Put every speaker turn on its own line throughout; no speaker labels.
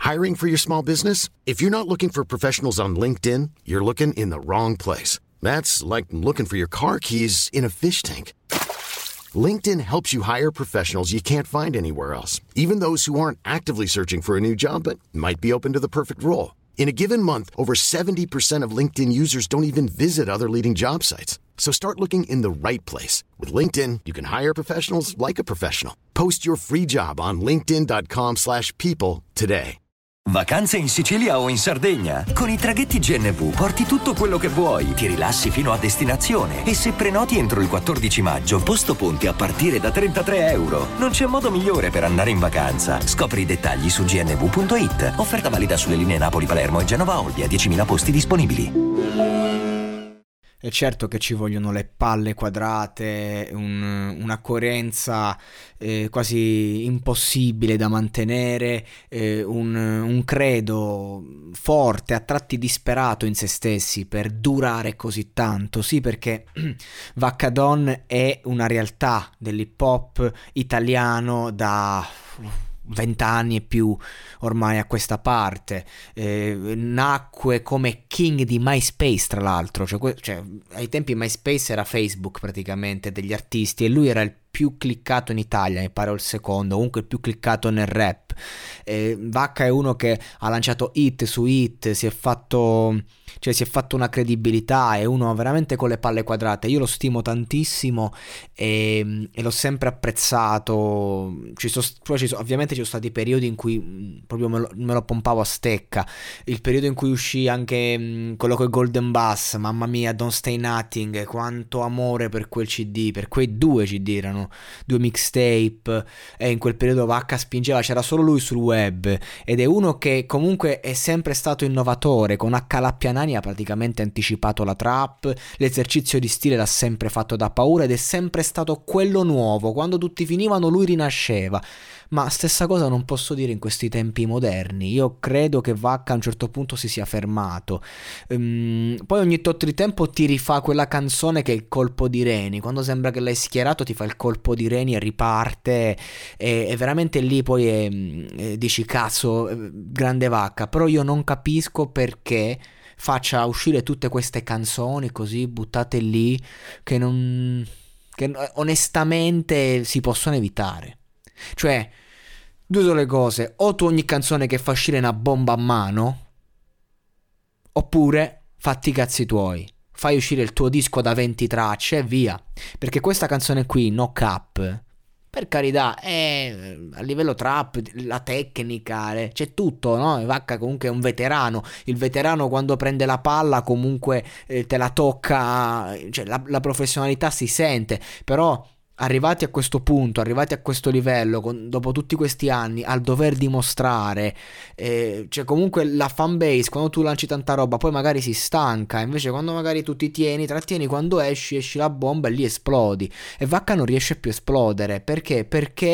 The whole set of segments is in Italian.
Hiring for your small business? If you're not looking for professionals on LinkedIn, you're looking in the wrong place. That's like looking for your car keys in a fish tank. LinkedIn helps you hire professionals you can't find anywhere else, even those who aren't actively searching for a new job but might be open to the perfect role. In a given month, over 70% of LinkedIn users don't even visit other leading job sites. So start looking in the right place. With LinkedIn, you can hire professionals like a professional. Post your free job on linkedin.com/people today.
Vacanze in Sicilia o in Sardegna? Con i traghetti GNV porti tutto quello che vuoi, ti rilassi fino a destinazione e se prenoti entro il 14 maggio, posto ponti a partire da €33. Non c'è modo migliore per andare in vacanza. Scopri i dettagli su gnv.it. Offerta valida sulle linee Napoli-Palermo e Genova-Olbia, 10.000 posti disponibili.
È certo che ci vogliono le palle quadrate, una coerenza quasi impossibile da mantenere, un credo forte, a tratti disperato in se stessi per durare così tanto. Sì, perché Vaccadon è una realtà dell'hip hop italiano da 20 anni e più ormai a questa parte. Nacque come king di MySpace, tra l'altro, cioè ai tempi MySpace era Facebook praticamente degli artisti, e lui era il più cliccato in Italia, mi pare, o il secondo, comunque il più cliccato nel rap. Vacca è uno che ha lanciato hit su hit, si è fatto una credibilità, è uno veramente con le palle quadrate. Io lo stimo tantissimo e l'ho sempre apprezzato. Ovviamente ci sono stati periodi in cui proprio me lo pompavo a stecca. Il periodo in cui uscì anche quello con Golden Bass, mamma mia, Don't Stay Nothing, quanto amore per quel CD, per quei 2 CD, erano 2 mixtape, e in quel periodo Vacca spingeva, c'era solo lui sul web, ed è uno che comunque è sempre stato innovatore. Con H. Lappianani ha praticamente anticipato la trap, l'esercizio di stile l'ha sempre fatto da paura ed è sempre stato quello nuovo. Quando tutti finivano lui rinasceva. Ma stessa cosa non posso dire in questi tempi moderni. Io credo che Vacca a un certo punto si sia fermato. Poi ogni tot di tempo ti rifà quella canzone che è il colpo di reni. Quando sembra che l'hai schierato ti fa il colpo di reni e riparte. E veramente lì poi dici cazzo, grande Vacca. Però io non capisco perché faccia uscire tutte queste canzoni così buttate lì che onestamente si possono evitare. Cioè, due sono le cose: o tu ogni canzone che fa uscire una bomba a mano, oppure fatti i cazzi tuoi, fai uscire il tuo disco da 20 tracce e via. Perché questa canzone qui, No Cap, per carità, è a livello trap, la tecnica, c'è tutto, no? Vacca comunque è un veterano. Il veterano quando prende la palla comunque te la tocca, cioè la professionalità si sente. Però arrivati a questo punto, arrivati a questo livello, dopo tutti questi anni, al dover dimostrare, cioè comunque la fanbase, quando tu lanci tanta roba poi magari si stanca, invece quando magari tu ti trattieni, quando esci la bomba e lì esplodi. E Vacca non riesce più a esplodere, perché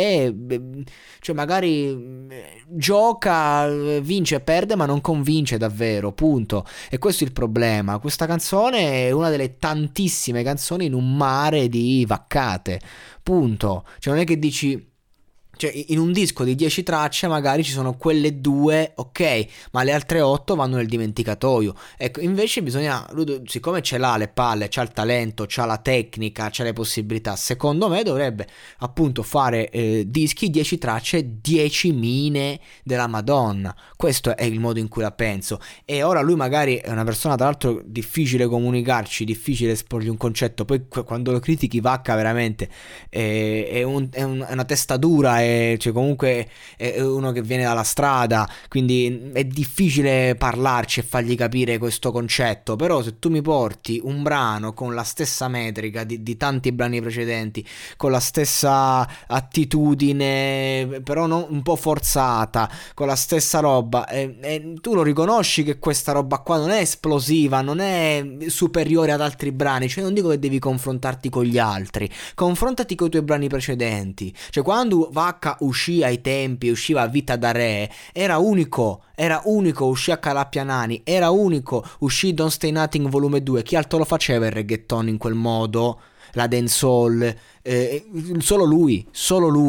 cioè magari gioca, vince, perde, ma non convince davvero, punto. E questo è il problema. Questa canzone è una delle tantissime canzoni in un mare di vaccate, punto. Cioè non è che dici, cioè in un disco di 10 tracce magari ci sono quelle 2, ok, ma le altre 8 vanno nel dimenticatoio. Ecco, invece bisogna, lui, siccome ce l'ha le palle, c'ha il talento, c'ha la tecnica, c'ha le possibilità, secondo me dovrebbe appunto fare dischi 10 tracce, 10 mine della Madonna. Questo è il modo in cui la penso. E ora lui magari è una persona, tra l'altro, difficile comunicarci, difficile esporgli un concetto. Poi quando lo critichi Vacca veramente è una testa dura, cioè comunque è uno che viene dalla strada, quindi è difficile parlarci e fargli capire questo concetto. Però se tu mi porti un brano con la stessa metrica di tanti brani precedenti, con la stessa attitudine però non un po' forzata, con la stessa roba, e tu lo riconosci che questa roba qua non è esplosiva, non è superiore ad altri brani. Cioè non dico che devi confrontarti con gli altri, confrontati con i tuoi brani precedenti. Cioè quando Vacca uscì ai tempi, usciva Vita da Re, era unico, uscì a Calappianani, era unico, uscì Don't Stay Nothing volume 2, chi altro lo faceva il reggaeton in quel modo, la dancehall, solo lui,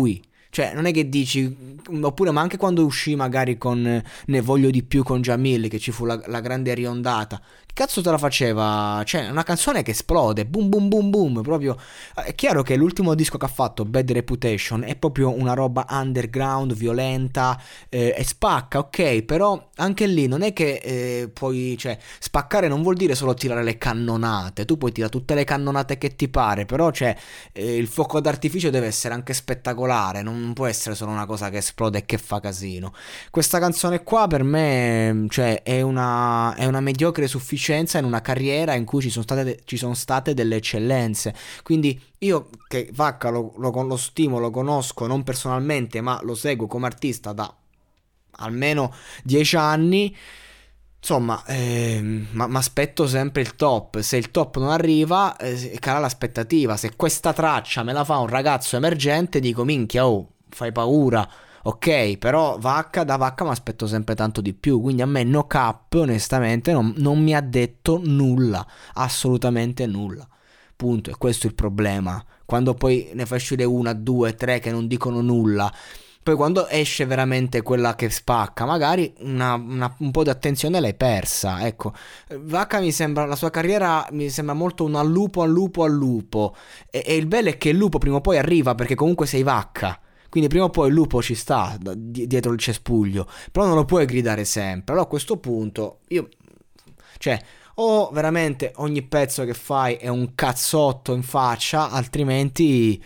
Cioè, non è che dici, oppure, ma anche quando uscì magari con Ne voglio di più con Jamil, che ci fu la grande riondata, che cazzo te la faceva? Cioè, è una canzone che esplode, boom boom boom boom, proprio. È chiaro che l'ultimo disco che ha fatto, Bad Reputation, è proprio una roba underground, violenta, e spacca, ok, però anche lì non è che puoi, cioè, spaccare non vuol dire solo tirare le cannonate, tu puoi tirare tutte le cannonate che ti pare, però, cioè, il fuoco d'artificio deve essere anche spettacolare, non può essere solo una cosa che esplode e che fa casino. Questa canzone qua per me, cioè, è una mediocre sufficienza in una carriera in cui ci sono state delle eccellenze. Quindi io che Vacca lo stimo, lo conosco non personalmente, ma lo seguo come artista da almeno 10 anni. Insomma, ma aspetto sempre il top. Se il top non arriva, cala l'aspettativa. Se questa traccia me la fa un ragazzo emergente, dico minchia, oh, fai paura. Ok, però da Vacca mi aspetto sempre tanto di più. Quindi a me No Cap, onestamente, non mi ha detto nulla. Assolutamente nulla. Punto. E questo è il problema. Quando poi ne fai uscire una, due, tre che non dicono nulla. Poi quando esce veramente quella che spacca, magari un po' di attenzione l'hai persa. Ecco, Vacca mi sembra, la sua carriera mi sembra molto un al lupo, al lupo, al lupo. E il bello è che il lupo prima o poi arriva, perché comunque sei Vacca. Quindi prima o poi il lupo ci sta dietro il cespuglio. Però non lo puoi gridare sempre. Allora a questo punto cioè, o veramente ogni pezzo che fai è un cazzotto in faccia, altrimenti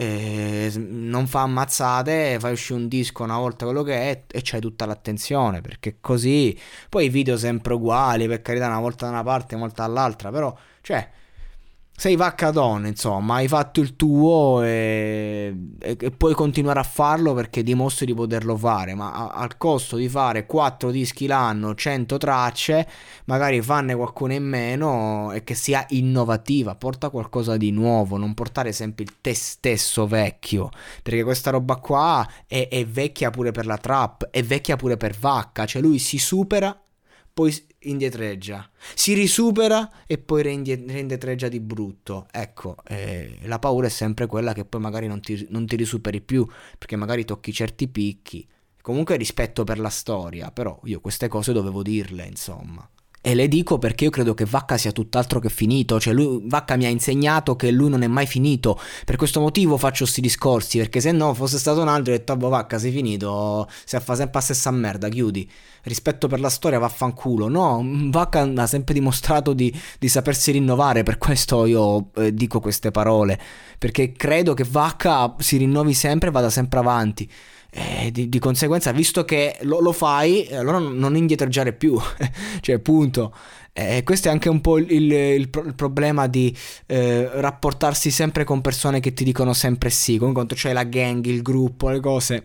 non fa ammazzate, fai uscire un disco una volta quello che è e c'hai tutta l'attenzione, perché così poi i video sempre uguali, per carità, una volta da una parte una volta dall'altra, però cioè sei Vaccadon, insomma, hai fatto il tuo e puoi continuare a farlo perché dimostri di poterlo fare, ma al costo di fare 4 dischi l'anno, 100 tracce, magari fanne qualcuno in meno e che sia innovativa, porta qualcosa di nuovo, non portare sempre il te stesso vecchio, perché questa roba qua è vecchia pure per la trap, è vecchia pure per Vacca, cioè lui si supera, poi indietreggia, si risupera e poi reindietreggia di brutto. Ecco, la paura è sempre quella che poi magari non ti risuperi più, perché magari tocchi certi picchi. Comunque rispetto per la storia, però io queste cose dovevo dirle, insomma. E le dico perché io credo che Vacca sia tutt'altro che finito, cioè Vacca mi ha insegnato che lui non è mai finito, per questo motivo faccio sti discorsi, perché se no fosse stato un altro e ho detto boh, Vacca sei finito, se fa sempre la stessa merda, chiudi, rispetto per la storia vaffanculo. No, Vacca ha sempre dimostrato di sapersi rinnovare, per questo io dico queste parole, perché credo che Vacca si rinnovi sempre e vada sempre avanti. Di conseguenza, visto che lo fai, allora non indietreggiare più, cioè punto. Questo è anche un po' il problema di rapportarsi sempre con persone che ti dicono sempre sì, come quando c'è la gang, il gruppo, le cose.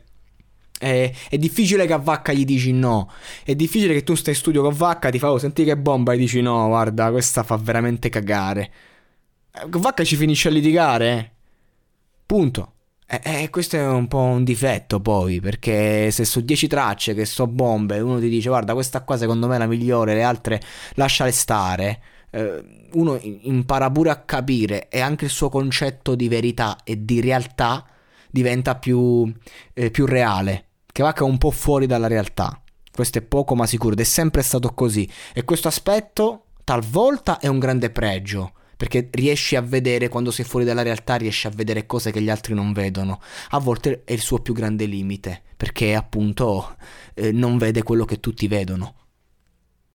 È difficile che a Vacca gli dici no, è difficile che tu stai in studio con Vacca, ti fa oh, senti che bomba e dici no, guarda, questa fa veramente cagare. Con Vacca ci finisce a litigare, punto. Questo è un po' un difetto poi, perché se su 10 tracce che so bombe uno ti dice guarda questa qua secondo me è la migliore, le altre lasciale stare, uno impara pure a capire e anche il suo concetto di verità e di realtà diventa più reale, che va un po' fuori dalla realtà. Questo è poco ma sicuro ed è sempre stato così, e questo aspetto talvolta è un grande pregio, perché riesci a vedere, quando sei fuori dalla realtà riesci a vedere cose che gli altri non vedono. A volte è il suo più grande limite, perché appunto non vede quello che tutti vedono.